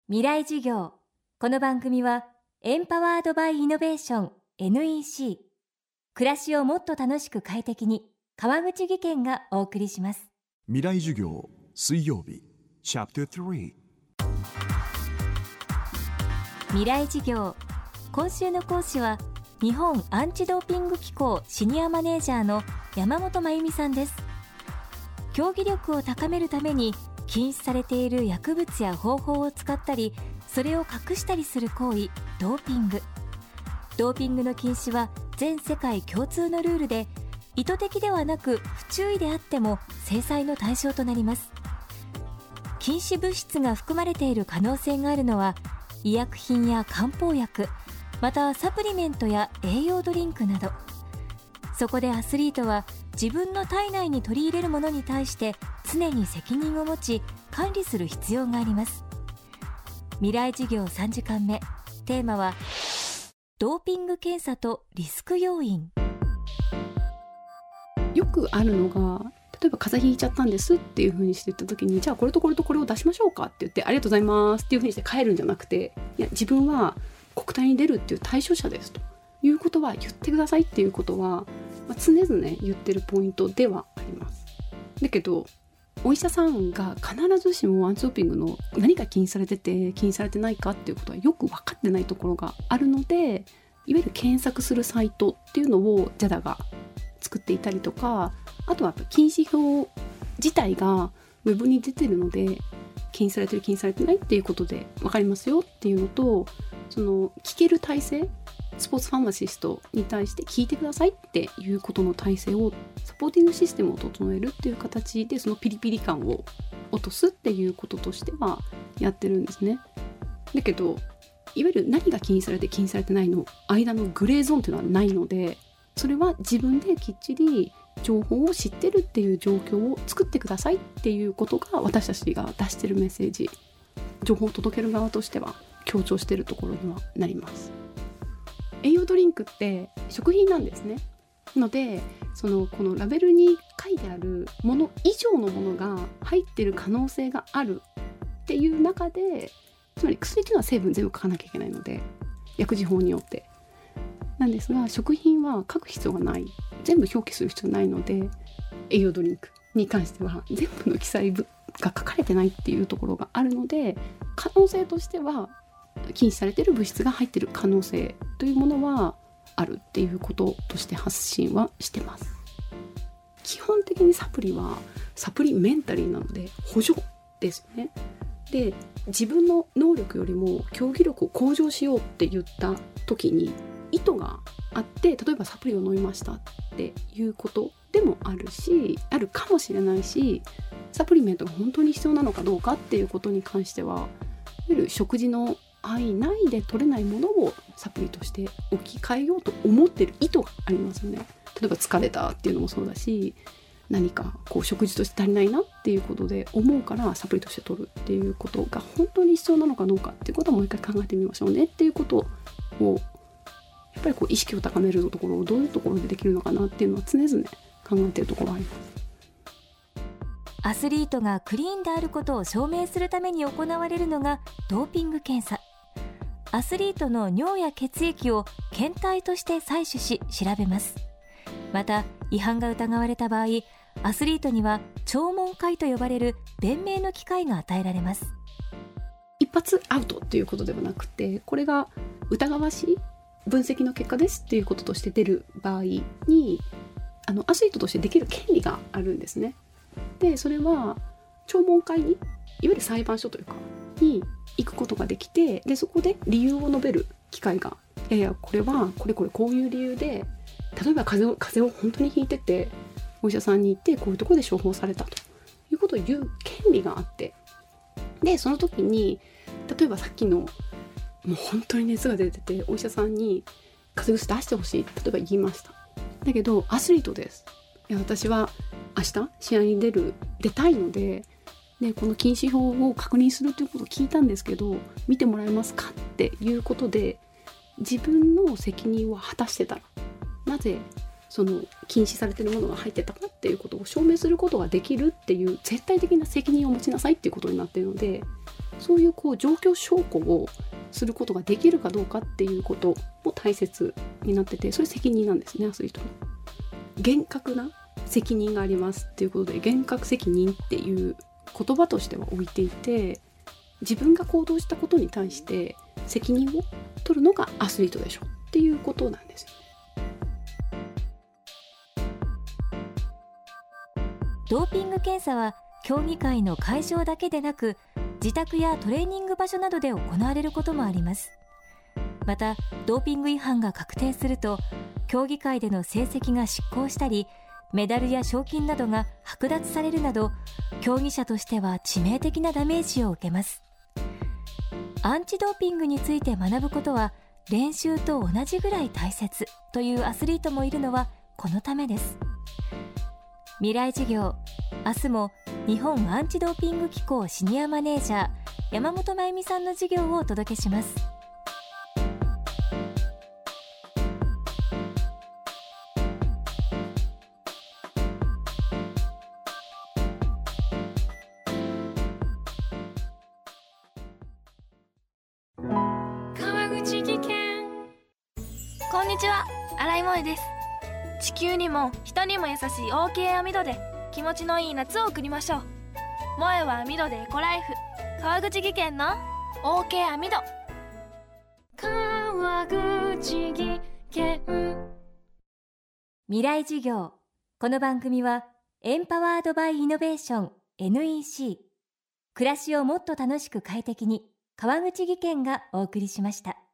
未来授業。この番組はエンパワードバイイノベーション NEC 暮らしをもっと楽しく快適に川口義賢がお送りします。 未来授業水曜日チャプター3 未来授業。今週の講師は日本アンチドーピング機構シニアマネージャーの山本真由美さんです。競技力を高めるために禁止されている薬物や方法を使ったり、それを隠したりする行為、ドーピング。ドーピングの禁止は全世界共通のルールで、意図的ではなく不注意であっても制裁の対象となります。禁止物質が含まれている可能性があるのは、医薬品や漢方薬、またサプリメントや栄養ドリンクなど。そこでアスリートは自分の体内に取り入れるものに対して常に責任を持ち管理する必要があります。未来授業3時間目、テーマはドーピング検査とリスク要因。 よくあるのが、例えば風邪ひいちゃったんですっていう風にして言った時に、じゃあこれとこれとこれを出しましょうかって言って、ありがとうございますっていう風にして帰るんじゃなくて、いや自分は国体に出るっていう対象者ですということは言ってくださいっていうことは、常々言ってるポイントではあります。だけどお医者さんが必ずしもアンチドーピングの何が禁止されてて禁止されてないかっていうことはよく分かってないところがあるので、いわゆる検索するサイトっていうのをJADAが作っていたりとか、あとは禁止表自体がウェブに出てるので、禁止されてる禁止されてないっていうことで分かりますよっていうのと、その聞ける体制、スポーツファーマシストに対して聞いてくださいっていうことの体制を、サポーティングシステムを整えるっていう形で、そのピリピリ感を落とすっていうこととしてはやってるんですね。だけどいわゆる何が禁止されて禁止されてないの間のグレーゾーンっていうのはないので、それは自分できっちり情報を知ってるっていう状況を作ってくださいっていうことが、私たちが出してるメッセージ、情報を届ける側としては強調しているところにはなります。栄養ドリンクって食品なんですね。のでこのラベルに書いてあるもの以上のものが入っている可能性があるっていう中で、つまり薬っていうのは成分全部書かなきゃいけないので、薬事法によってなんですが、食品は書く必要がない、全部表記する必要ないので、栄養ドリンクに関しては全部の記載が書かれてないっていうところがあるので、可能性としては禁止されている物質が入っている可能性というものはあるっていうこととして発信はしてます。基本的にサプリはサプリメンタリーなので補助ですね。で、自分の能力よりも競技力を向上しようって言った時に意図があって、例えばサプリを飲みましたっていうことでもあるかもしれないし、サプリメントが本当に必要なのかどうかっていうことに関しては、いわゆる食事の範囲内で取れないものをサプリとして置き換えようと思っている意図がありますよね。例えば疲れたっていうのもそうだし、何か食事として足りないなっていうことで思うからサプリとして取るっていうことが本当に必要なのかどうかっていうことをもう一回考えてみましょうねっていうことを、やっぱり意識を高めるところをどういうところでできるのかなっていうのは常々考えているところがあります。 アスリートがクリーンであることを証明するために行われるのがドーピング検査。アスリートの尿や血液を検体として採取し調べます。また違反が疑われた場合、アスリートには聴聞会と呼ばれる弁明の機会が与えられます。 一発アウトっていうことではなくて、これが疑わしい分析の結果ですっていうこととして出る場合に、アスリートとしてできる権利があるんですね。でそれは聴聞会に、いわゆる裁判所というかに行くことができて、でそこで理由を述べる機会が、いやこれはこういう理由で、例えば風邪を本当にひいててお医者さんに行ってこういうところで処方されたということを言う権利があって、でその時に例えばさっきのもう本当に熱が出ててお医者さんに風邪薬出してほしい、例えば言いました。だけどアスリートです、いや私は明日試合に出たいので、この禁止表を確認するということを聞いたんですけど見てもらえますかっていうことで、自分の責任を果たしてたら、なぜその禁止されているものが入ってたかっていうことを証明することができるっていう絶対的な責任を持ちなさいっていうことになっているので、 そういう状況証拠をすることができるかどうかっていうことも大切になってて、それ責任なんですね。アスリートの厳格な責任がありますっていうことで、厳格責任っていう言葉としては置いていて、自分が行動したことに対して責任を取るのがアスリートでしょっていうことなんですよ。 ドーピング検査は競技会の会場だけでなく、自宅やトレーニング場所などで行われることもあります。またドーピング違反が確定すると、競技会での成績が失効したり、メダルや賞金などが剥奪されるなど、競技者としては致命的なダメージを受けます。アンチドーピングについて学ぶことは練習と同じぐらい大切というアスリートもいるのはこのためです。未来授業、明日も日本アンチドーピング機構シニアマネージャー山本真由美さんの授業をお届けします。 川口技研。こんにちは、新井萌です。地球にも人にも優しい OK 網戸で気持ちのいい夏を送りましょう。萌は網戸でエコライフ。川口技研の OK 網戸。川口技研。 未来授業。この番組はエンパワードバイイノベーション NEC、 暮らしをもっと楽しく快適に、川口技研がお送りしました。